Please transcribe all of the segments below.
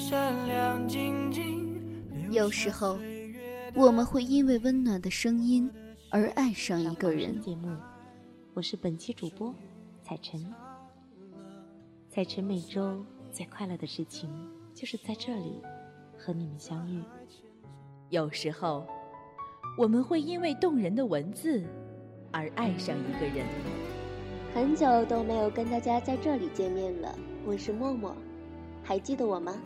有时候我们会因为温暖的声音而爱上一个人。 节目，我是本期主播彩晨。彩晨每周最快乐的事情就是在这里和你们相遇。 有时候我们会因为动人的文字而爱上一个人。 很久都没有跟大家在这里见面了，我是默默，还记得我吗？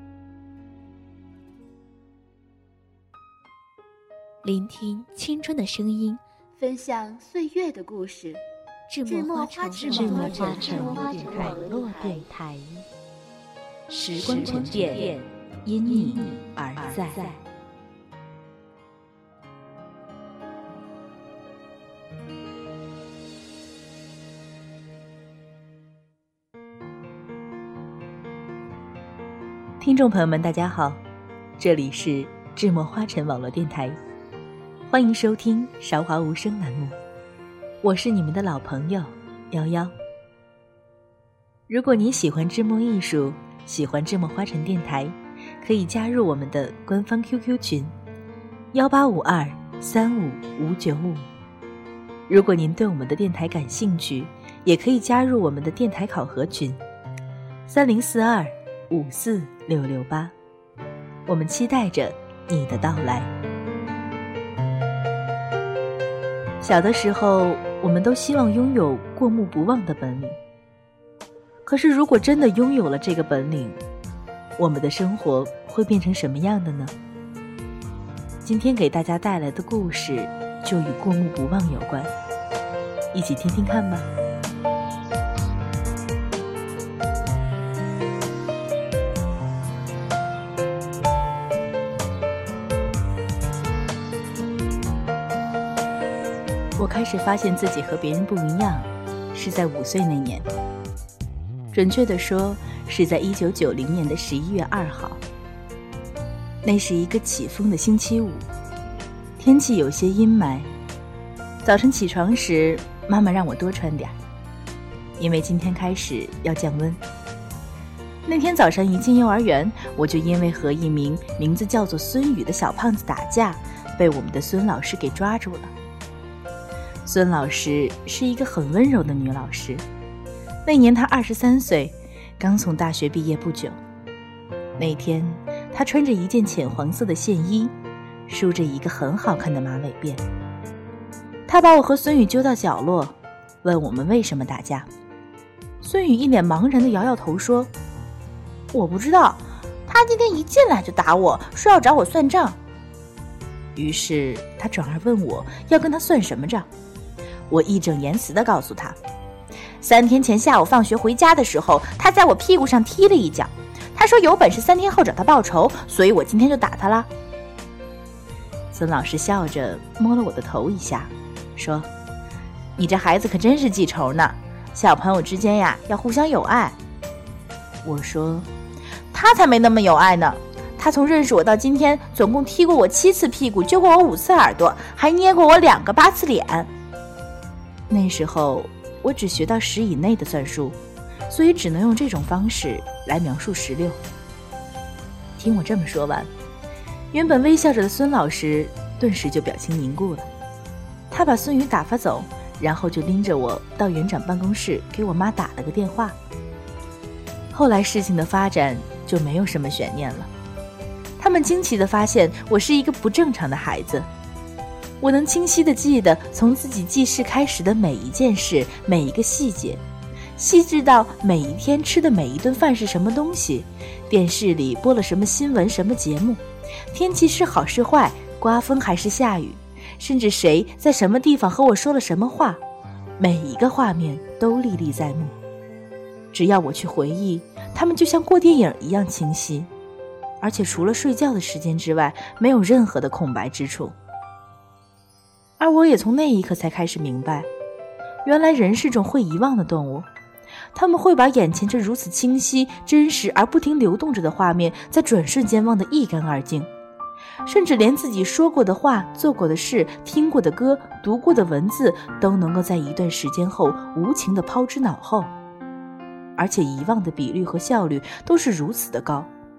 聆听青春的声音， 分享岁月的故事。 智墨花城网络电台， 时光沉淀，因你而在。听众朋友们大家好，这里是智墨花城网络电台，欢迎收听韶华无声栏目，我是你们的老朋友夭夭。如果你喜欢智墨艺术，喜欢智墨花城电台，可以加入我们的官方 QQ 群1852355595。如果您对我们的电台感兴趣，也可以加入我们的电台考核群3042546668，我们期待着你的到来。小的时候，我们都希望拥有过目不忘的本领。可是如果真的拥有了这个本领，我们的生活会变成什么样的呢？今天给大家带来的故事就与过目不忘有关，一起听听看吧。我开始发现自己和别人不一样，是在5岁那年，准确地说是在1990年的11月2号。那是一个起风的星期五，天气有些阴霾。早晨起床时，妈妈让我多穿点，因为今天开始要降温。那天早上一进幼儿园，我就因为和一名名字叫做孙宇的小胖子打架，被我们的孙老师给抓住了。孙老师是一个很温柔的女老师，那年她23岁，刚从大学毕业不久。那天她穿着一件浅黄色的线衣，梳着一个很好看的马尾辫。她把我和孙宇揪到角落，问我们为什么打架。孙宇一脸茫然地摇摇头说，我不知道，他今天一进来就打我，说要找我算账。于是他转而问我要跟他算什么账。我义正言辞地告诉他，3天前下午放学回家的时候，他在我屁股上踢了一脚，他说有本事3天后找他报仇，所以我今天就打他了。孙老师笑着摸了我的头一下，说，你这孩子可真是记仇呢，小朋友之间呀要互相友爱。我说，他才没那么有爱呢，他从认识我到今天总共踢过我7次屁股，揪过我5次耳朵，还捏过我2个8次脸。那时候我只学到10以内的算术，所以只能用这种方式来描述16。听我这么说完，原本微笑着的孙老师顿时就表情凝固了。他把孙宇打发走，然后就拎着我到园长办公室给我妈打了个电话。后来事情的发展就没有什么悬念了。他们惊奇地发现我是一个不正常的孩子。我能清晰地记得从自己记事开始的每一件事，每一个细节，细致到每一天吃的每一顿饭是什么东西，电视里播了什么新闻什么节目，天气是好是坏，刮风还是下雨，甚至谁在什么地方和我说了什么话，每一个画面都历历在目。只要我去回忆，它们就像过电影一样清晰，而且除了睡觉的时间之外，没有任何的空白之处。而我也从那一刻才开始明白，原来人是种会遗忘的动物，他们会把眼前这如此清晰、真实而不停流动着的画面，在转瞬间忘得一干二净，甚至连自己说过的话、做过的事、听过的歌、读过的文字，都能够在一段时间后无情地抛之脑后。而且遗忘的比率和效率都是如此的高，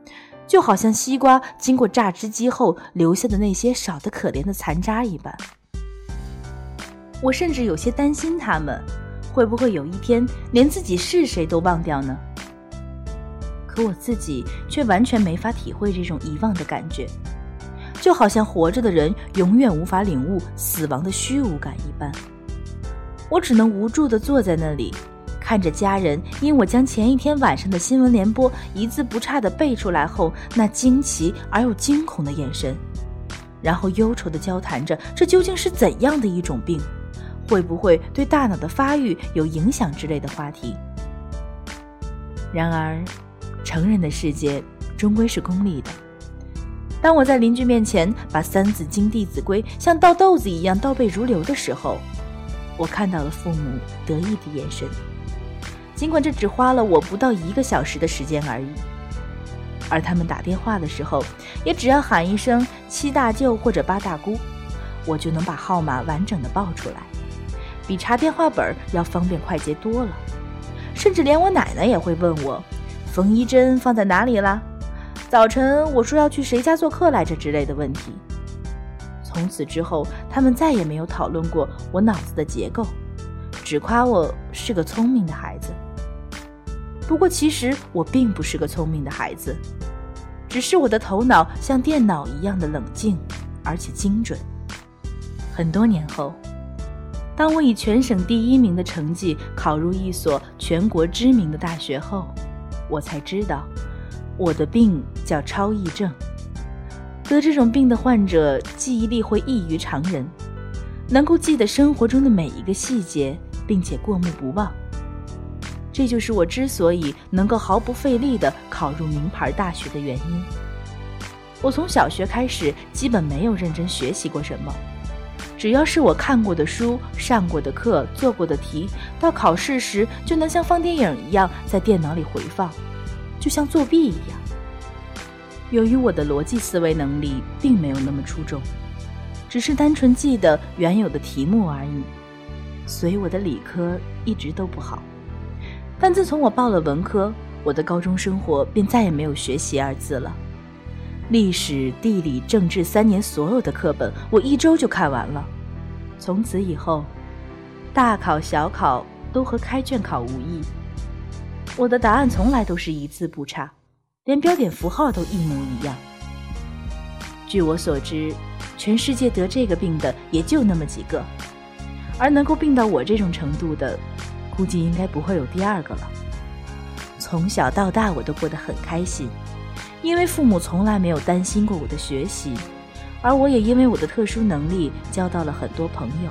就好像西瓜经过榨汁机后留下的那些少得可怜的残渣一般。我甚至有些担心他们会不会有一天连自己是谁都忘掉呢？可我自己却完全没法体会这种遗忘的感觉，就好像活着的人永远无法领悟死亡的虚无感一般。我只能无助地坐在那里，看着家人因我将前一天晚上的新闻联播一字不差地背出来后那惊奇而又惊恐的眼神，然后忧愁地交谈着这究竟是怎样的一种病，会不会对大脑的发育有影响之类的话题。然而成人的世界终归是功利的，当我在邻居面前把三字经弟子规像倒豆子一样倒背如流的时候，我看到了父母得意的眼神，尽管这只花了我不到1个小时的时间而已。而他们打电话的时候也只要喊一声7大舅或者8大姑，我就能把号码完整的报出来，比查电话本要方便快捷多了。甚至连我奶奶也会问我缝衣针放在哪里啦，早晨我说要去谁家做客来着之类的问题。从此之后他们再也没有讨论过我脑子的结构，只夸我是个聪明的孩子。不过其实我并不是个聪明的孩子，只是我的头脑像电脑一样的冷静而且精准。很多年后，当我以全省第1名的成绩考入一所全国知名的大学后，我才知道我的病叫超忆症。得这种病的患者记忆力会异于常人，能够记得生活中的每一个细节，并且过目不忘。这就是我之所以能够毫不费力地考入名牌大学的原因。我从小学开始基本没有认真学习过什么，只要是我看过的书、上过的课、做过的题，到考试时就能像放电影一样在电脑里回放，就像作弊一样。由于我的逻辑思维能力并没有那么出众，只是单纯记得原有的题目而已，所以我的理科一直都不好。但自从我报了文科，我的高中生活便再也没有学习2字了。历史、地理、政治3年所有的课本我1周就看完了。从此以后，大考小考都和开卷考无异，我的答案从来都是一字不差，连标点符号都一模一样。据我所知，全世界得这个病的也就那么几个，而能够病到我这种程度的，估计应该不会有第2个了。从小到大我都过得很开心，因为父母从来没有担心过我的学习，而我也因为我的特殊能力交到了很多朋友。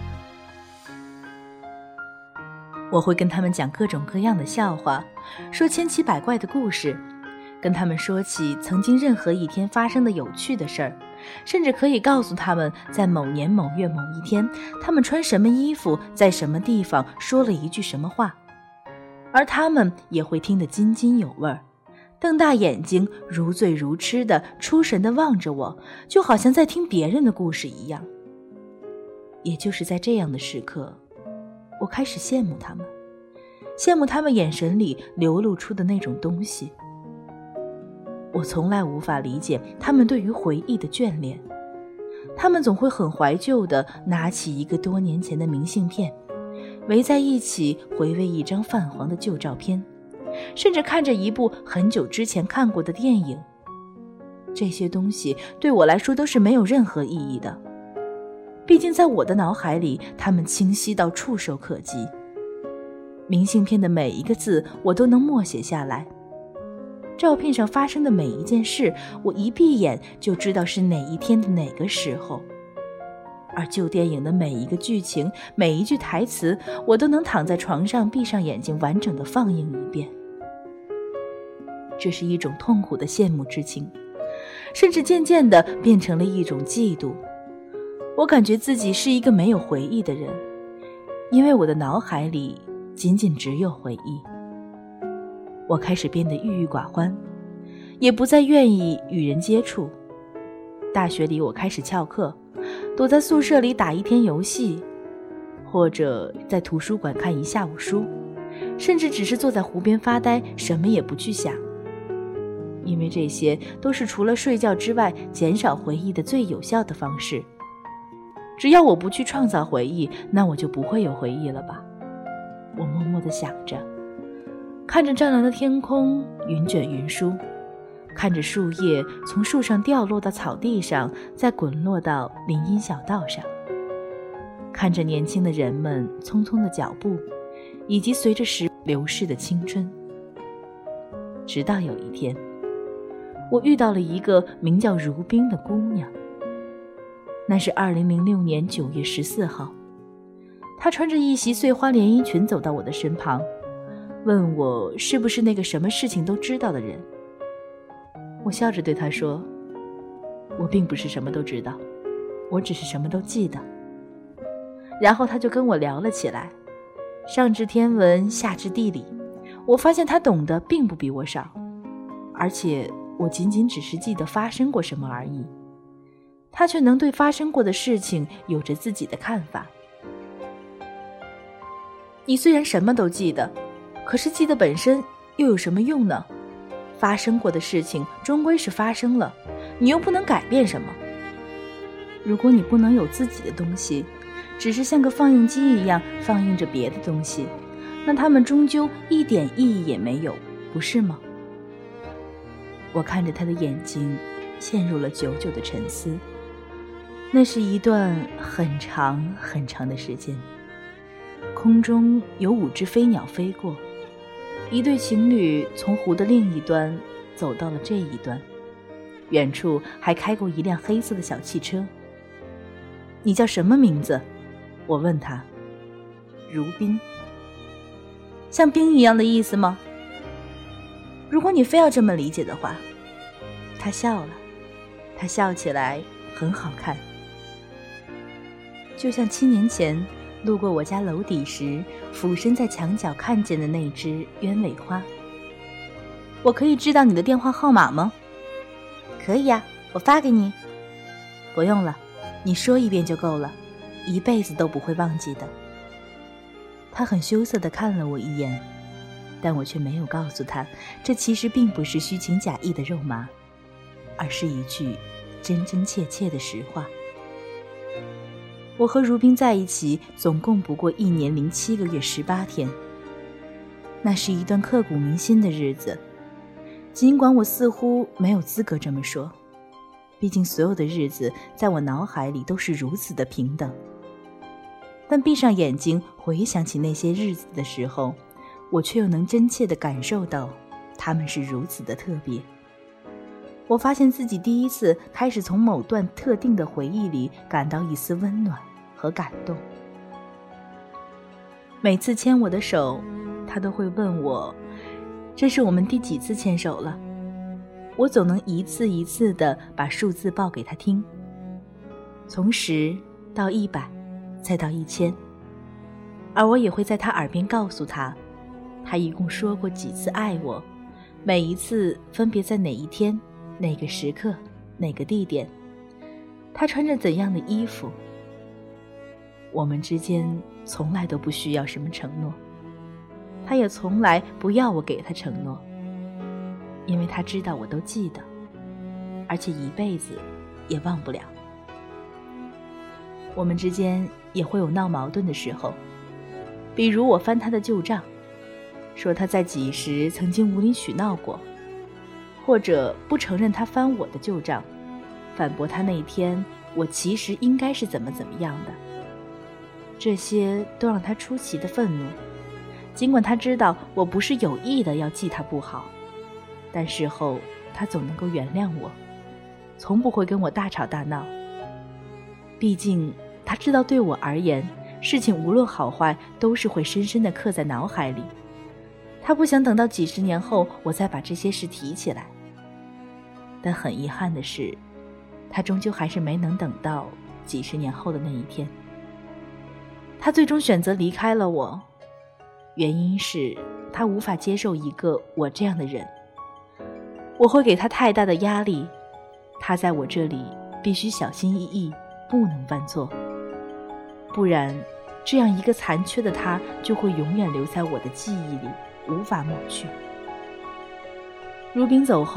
我会跟他们讲各种各样的笑话，说千奇百怪的故事，跟他们说起曾经任何一天发生的有趣的事儿，甚至可以告诉他们在某年某月某一天他们穿什么衣服，在什么地方说了一句什么话，而他们也会听得津津有味，瞪大眼睛如醉如痴的出神地望着我，就好像在听别人的故事一样。也就是在这样的时刻，我开始羡慕他们，羡慕他们眼神里流露出的那种东西。我从来无法理解他们对于回忆的眷恋，他们总会很怀旧地拿起一个多年前的明信片，围在一起回味一张泛黄的旧照片，甚至看着一部很久之前看过的电影。这些东西对我来说都是没有任何意义的，毕竟在我的脑海里，它们清晰到触手可及。明信片的每一个字我都能默写下来，照片上发生的每一件事，我一闭眼就知道是哪一天的哪个时候。而旧电影的每一个剧情，每一句台词，我都能躺在床上闭上眼睛完整的放映一遍。这是一种痛苦的羡慕之情，甚至渐渐地变成了一种嫉妒。我感觉自己是一个没有回忆的人，因为我的脑海里仅仅只有回忆。我开始变得郁郁寡欢，也不再愿意与人接触。大学里我开始翘课，躲在宿舍里打一天游戏，或者在图书馆看一下午书，甚至只是坐在湖边发呆，什么也不去想。 因为这些都是除了睡觉之外减少回忆的最有效的方式。只要我不去创造回忆，那我就不会有回忆了吧？我默默地想着，看着湛蓝的天空，云卷云舒，看着树叶从树上掉落到草地上，再滚落到林荫小道上，看着年轻的人们匆匆的脚步，以及随着时流逝的青春。直到有一天，我遇到了一个名叫如冰的姑娘。那是2006年9月14号，她穿着一袭碎花连衣裙走到我的身旁，问我是不是那个什么事情都知道的人。我笑着对她说，我并不是什么都知道，我只是什么都记得。然后她就跟我聊了起来，上至天文，下至地理，我发现她懂得并不比我少，而且我仅仅只是记得发生过什么而已，她却能对发生过的事情有着自己的看法。你虽然什么都记得，可是记得本身又有什么用呢？发生过的事情终归是发生了，你又不能改变什么。如果你不能有自己的东西，只是像个放映机一样放映着别的东西，那它们终究一点意义也没有，不是吗？我看着他的眼睛，陷入了久久的沉思。那是一段很长很长的时间，空中有5只飞鸟飞过，一对情侣从湖的另一端走到了这一端，远处还开过一辆黑色的小汽车。你叫什么名字？我问他。如冰。像冰一样的意思吗？如果你非要这么理解的话。他笑了，他笑起来很好看，就像7年前路过我家楼底时俯身在墙角看见的那只鸢尾花。我可以知道你的电话号码吗？可以呀，我发给你。不用了，你说一遍就够了，一辈子都不会忘记的。他很羞涩地看了我一眼，但我却没有告诉他，这其实并不是虚情假意的肉麻，而是一句真真切切的实话。我和如冰在一起总共不过1年07个月18天，那是一段刻骨铭心的日子。尽管我似乎没有资格这么说，毕竟所有的日子在我脑海里都是如此的平等，但闭上眼睛回想起那些日子的时候，我却又能真切地感受到它们是如此的特别。我发现自己第一次开始从某段特定的回忆里感到一丝温暖和感动。每次牵我的手，他都会问我，这是我们第几次牵手了？我总能一次一次地把数字报给他听，从10到100，再到1000，而我也会在他耳边告诉他，他一共说过几次爱我，每一次分别在哪一天、哪个时刻、哪个地点，他穿着怎样的衣服。我们之间从来都不需要什么承诺，他也从来不要我给他承诺，因为他知道我都记得，而且一辈子也忘不了。我们之间也会有闹矛盾的时候，比如我翻他的旧账，说他在几时曾经无理取闹过，或者不承认他翻我的旧账，反驳他那一天我其实应该是怎么样的。这些都让他出奇的愤怒，尽管他知道我不是有意的要记他不好，但事后他总能够原谅我，从不会跟我大吵大闹。毕竟他知道对我而言，事情无论好坏都是会深深地刻在脑海里，他不想等到几十年后我再把这些事提起来。但很遗憾的是，他终究还是没能等到几十年后的那一天。他最终选择离开了我，原因是他无法接受一个我这样的人。我会给他太大的压力，他在我这里必须小心翼翼，不能犯错，不然这样一个残缺的他就会永远留在我的记忆里，无法抹去。如冰走后，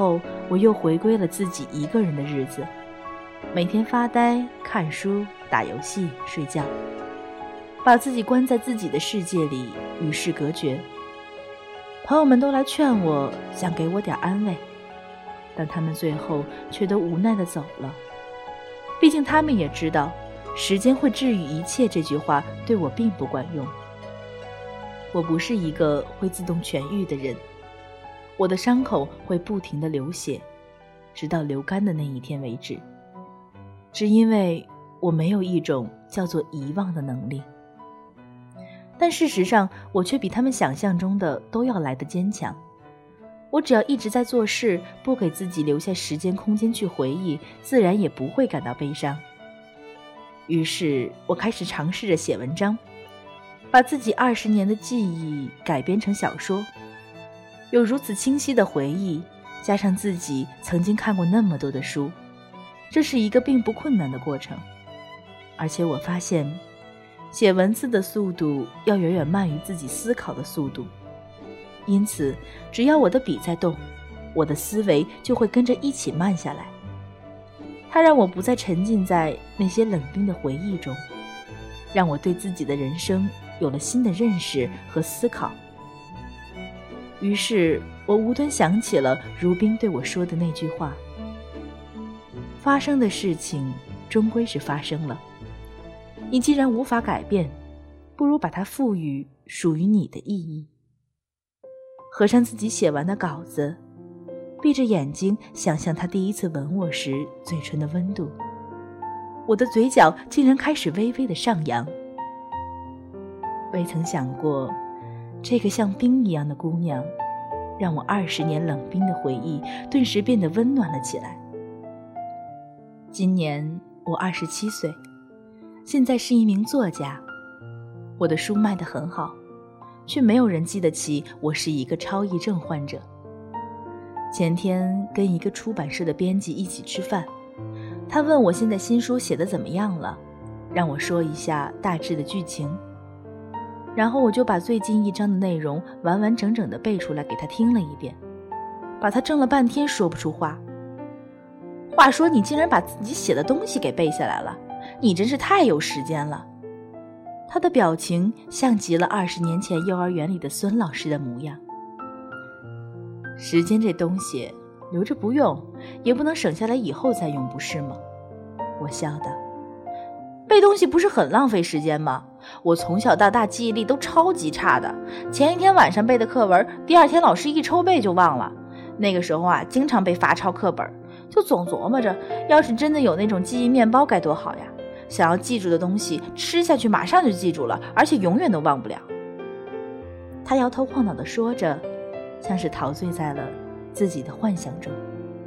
我又回归了自己一个人的日子，每天发呆、看书、打游戏、睡觉，把自己关在自己的世界里，与世隔绝。朋友们都来劝我，想给我点安慰，但他们最后却都无奈地走了。毕竟他们也知道，时间会治愈一切这句话对我并不管用。我不是一个会自动痊愈的人，我的伤口会不停地流血，直到流干的那一天为止。只因为我没有一种叫做遗忘的能力。但事实上，我却比他们想象中的都要来得坚强。我只要一直在做事，不给自己留下时间空间去回忆，自然也不会感到悲伤。于是我开始尝试着写文章，把自己20年的记忆改编成小说。有如此清晰的回忆，加上自己曾经看过那么多的书，这是一个并不困难的过程。而且我发现，写文字的速度要远远慢于自己思考的速度，因此只要我的笔在动，我的思维就会跟着一起慢下来。它让我不再沉浸在那些冷冰的回忆中，让我对自己的人生有了新的认识和思考。于是我无端想起了如冰对我说的那句话：发生的事情终归是发生了，你既然无法改变，不如把它赋予属于你的意义。合上自己写完的稿子，闭着眼睛想象他第一次吻我时嘴唇的温度，我的嘴角竟然开始微微的上扬。未曾想过，这个像冰一样的姑娘，让我20年冷冰的回忆顿时变得温暖了起来。今年我27岁，现在是一名作家，我的书卖得很好，却没有人记得起我是一个超忆症患者。前天跟一个出版社的编辑一起吃饭，他问我现在新书写得怎么样了，让我说一下大致的剧情，然后我就把最近一章的内容完完整整地背出来给他听了一遍，把他怔了半天说不出话。话说你竟然把自己写的东西给背下来了，你真是太有时间了。他的表情像极了20年前幼儿园里的孙老师的模样。时间这东西留着不用，也不能省下来以后再用，不是吗？我笑道。背东西不是很浪费时间吗？我从小到大记忆力都超级差的，前一天晚上背的课文，第2天老师一抽背就忘了。那个时候啊，经常被罚抄课本，就总琢磨着，要是真的有那种记忆面包该多好呀！想要记住的东西，吃下去马上就记住了，而且永远都忘不了。他摇头晃脑地说着，像是陶醉在了自己的幻想中。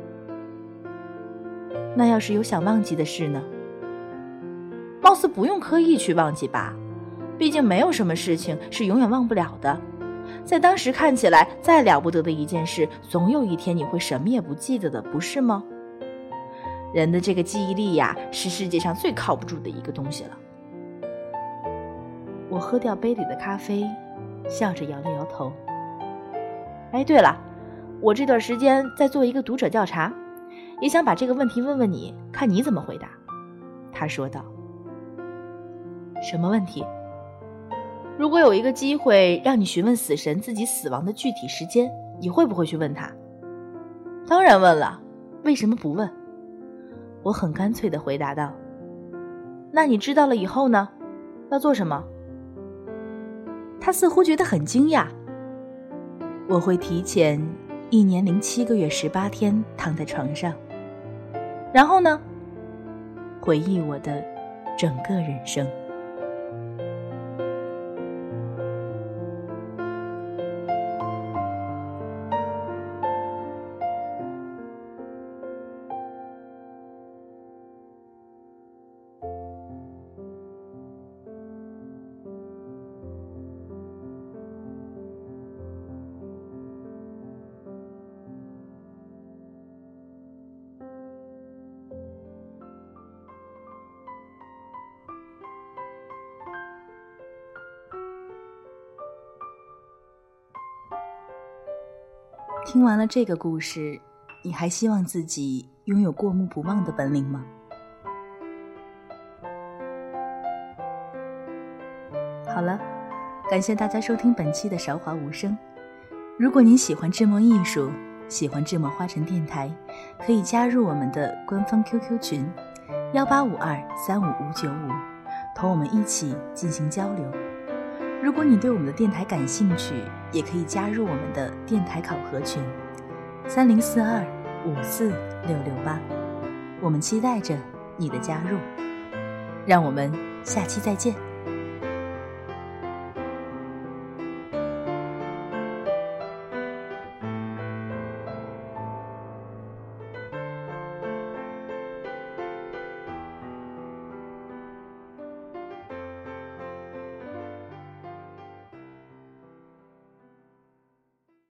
那要是有想忘记的事呢？貌似不用刻意去忘记吧，毕竟没有什么事情是永远忘不了的。在当时看起来再了不得的一件事，总有一天你会什么也不记得的，不是吗？人的这个记忆力呀，是世界上最靠不住的一个东西了。我喝掉杯里的咖啡，笑着摇了摇头。哎，对了，我这段时间在做一个读者调查，也想把这个问题问问你，看你怎么回答。他说道。什么问题？如果有一个机会让你询问死神自己死亡的具体时间，你会不会去问他？当然问了，为什么不问？我很干脆地回答道。那你知道了以后呢？要做什么？他似乎觉得很惊讶。我会提前1年07个月18天躺在床上，然后呢，回忆我的整个人生。听完了这个故事， 你还希望自己拥有过目不忘的本领吗？好了，感谢大家收听本期的韶华无声。如果您喜欢智墨艺术，喜欢智墨花城电台，可以加入我们的官方 QQ 群1852-35595，同我们一起进行交流。如果你对我们的电台感兴趣，也可以加入我们的电台考核群3042-54668，我们期待着你的加入。让我们下期再见。